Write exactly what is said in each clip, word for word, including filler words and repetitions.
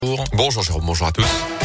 Bonjour Jérôme, bonjour à tous.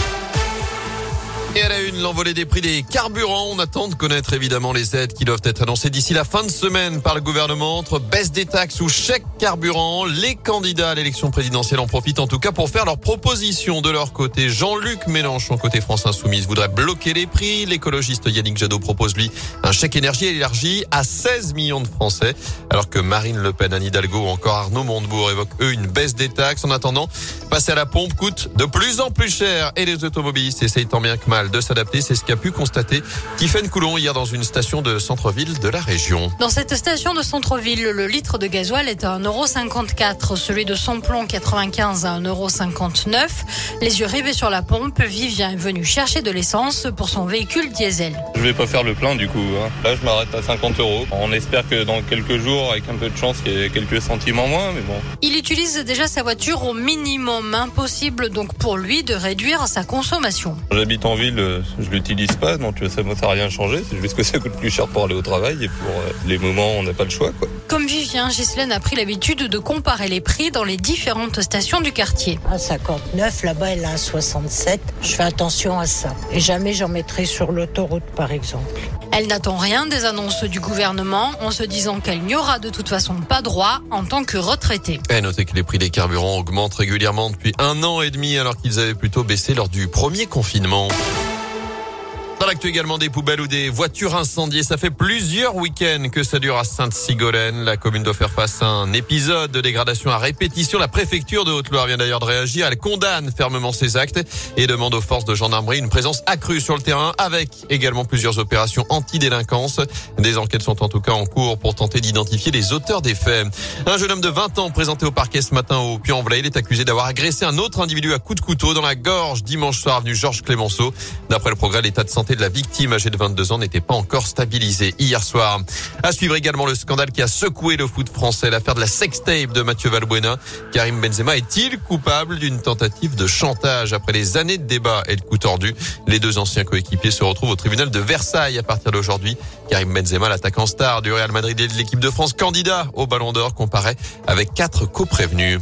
Et à la une, l'envolée des prix des carburants. On attend de connaître évidemment les aides qui doivent être annoncées d'ici la fin de semaine par le gouvernement. Entre baisse des taxes ou chèque carburant, les candidats à l'élection présidentielle en profitent en tout cas pour faire leurs propositions de leur côté. Jean-Luc Mélenchon, côté France Insoumise, voudrait bloquer les prix. L'écologiste Yannick Jadot propose lui un chèque énergie élargi à seize millions de Français. Alors que Marine Le Pen, Anne Hidalgo ou encore Arnaud Montebourg évoquent eux une baisse des taxes. En attendant, passer à la pompe coûte de plus en plus cher et les automobilistes essayent tant bien que mal de s'adapter. C'est ce qu'a pu constater Tiffaine Coulon hier dans une station de centre-ville de la région. Dans cette station de centre-ville, le litre de gasoil est à un euro cinquante-quatre, celui de samplon quatre-vingt-quinze à un euro cinquante-neuf. Les yeux rivés sur la pompe, Vivien est venu chercher de l'essence pour son véhicule diesel. Je vais pas faire le plein du coup. Hein. Là, je m'arrête à cinquante euros. On espère que dans quelques jours, avec un peu de chance, il y ait quelques centimes en moins, mais bon. Il utilise déjà sa voiture au minimum. Impossible donc pour lui de réduire sa consommation. J'habite en ville, je l'utilise pas, donc ça n'a rien changé. C'est juste que ça coûte plus cher pour aller au travail et pour les moments où on n'a pas le choix, quoi. Comme Vivien, Ghislaine a pris l'habitude de comparer les prix dans les différentes stations du quartier. un cinquante-neuf, là-bas elle a un soixante-sept. Je fais attention à ça. Et jamais j'en mettrai sur l'autoroute, par exemple. Elle n'attend rien des annonces du gouvernement, en se disant qu'elle n'y aura de toute façon pas droit en tant que retraitée. Et notez que les prix des carburants augmentent régulièrement depuis un an et demi, alors qu'ils avaient plutôt baissé lors du premier confinement. Dans l'actu également, des poubelles ou des voitures incendiées. Ça fait plusieurs week-ends que ça dure à Sainte-Sigolène. La commune doit faire face à un épisode de dégradation à répétition. La préfecture de Haute-Loire vient d'ailleurs de réagir. Elle condamne fermement ces actes et demande aux forces de gendarmerie une présence accrue sur le terrain, avec également plusieurs opérations anti-délinquance. Des enquêtes sont en tout cas en cours pour tenter d'identifier les auteurs des faits. Un jeune homme de vingt ans présenté au parquet ce matin au Puy-en-Velay. Il est accusé d'avoir agressé un autre individu à coups de couteau dans la gorge dimanche soir avenue Georges Clémenceau. D'après le Progrès, l'état de santé de la victime âgée de vingt-deux ans n'était pas encore stabilisé hier soir. À suivre également le scandale qui a secoué le foot français, l'affaire de la sextape de Mathieu Valbuena. Karim Benzema est-il coupable d'une tentative de chantage? Après les années de débat et de coups tordus, les deux anciens coéquipiers se retrouvent au tribunal de Versailles à partir d'aujourd'hui. Karim Benzema, l'attaquant star du Real Madrid et de l'équipe de France, candidat au Ballon d'Or, comparaît avec quatre coprévenus.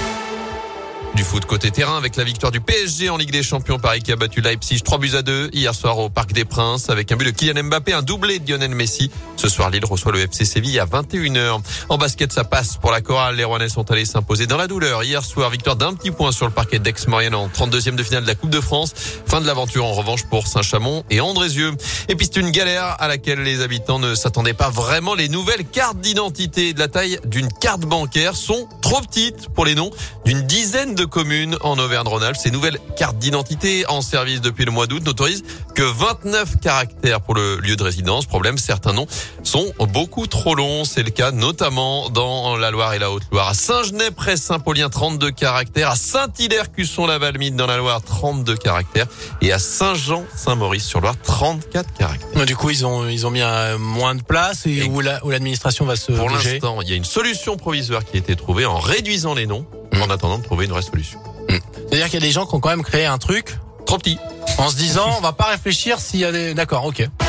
Du foot côté terrain avec la victoire du P S G en Ligue des Champions. Paris qui a battu Leipzig trois buts à deux hier soir au Parc des Princes avec un but de Kylian Mbappé, un doublé de Lionel Messi. Ce soir, Lille reçoit le F C Séville à vingt et une heures. En basket, ça passe pour la chorale. Les Rouennais sont allés s'imposer dans la douleur. Hier soir, victoire d'un petit point sur le parquet d'Aix-Maurienne en trente-deuxième de finale de la Coupe de France. Fin de l'aventure en revanche pour Saint-Chamond et Andrézieux. Et puis c'est une galère à laquelle les habitants ne s'attendaient pas vraiment. Les nouvelles cartes d'identité de la taille d'une carte bancaire sont trop petites pour les noms d'une dizaine de communes en Auvergne-Rhône-Alpes. Ces nouvelles cartes d'identité en service depuis le mois d'août n'autorisent que vingt-neuf caractères pour le lieu de résidence. Problème, certains noms sont beaucoup trop longs. C'est le cas notamment dans la Loire et la Haute-Loire. À Saint-Genès-près-Saint-Paulien, trente-deux caractères. À Saint-Hilaire-Cusson-la-Valmine dans la Loire, trente-deux caractères. Et à Saint-Jean-Saint-Maurice-sur-Loire, trente-quatre caractères. Du coup, ils ont ils ont mis un, moins de place et, et où, la, où l'administration va se Pour bouger. l'instant, il y a une solution provisoire qui a été trouvée en réduisant les noms mmh. en attendant de trouver une vraie solution. Mmh. C'est-à-dire qu'il y a des gens qui ont quand même créé un truc trop petit en se disant on va pas réfléchir s'il y a des... D'accord, ok.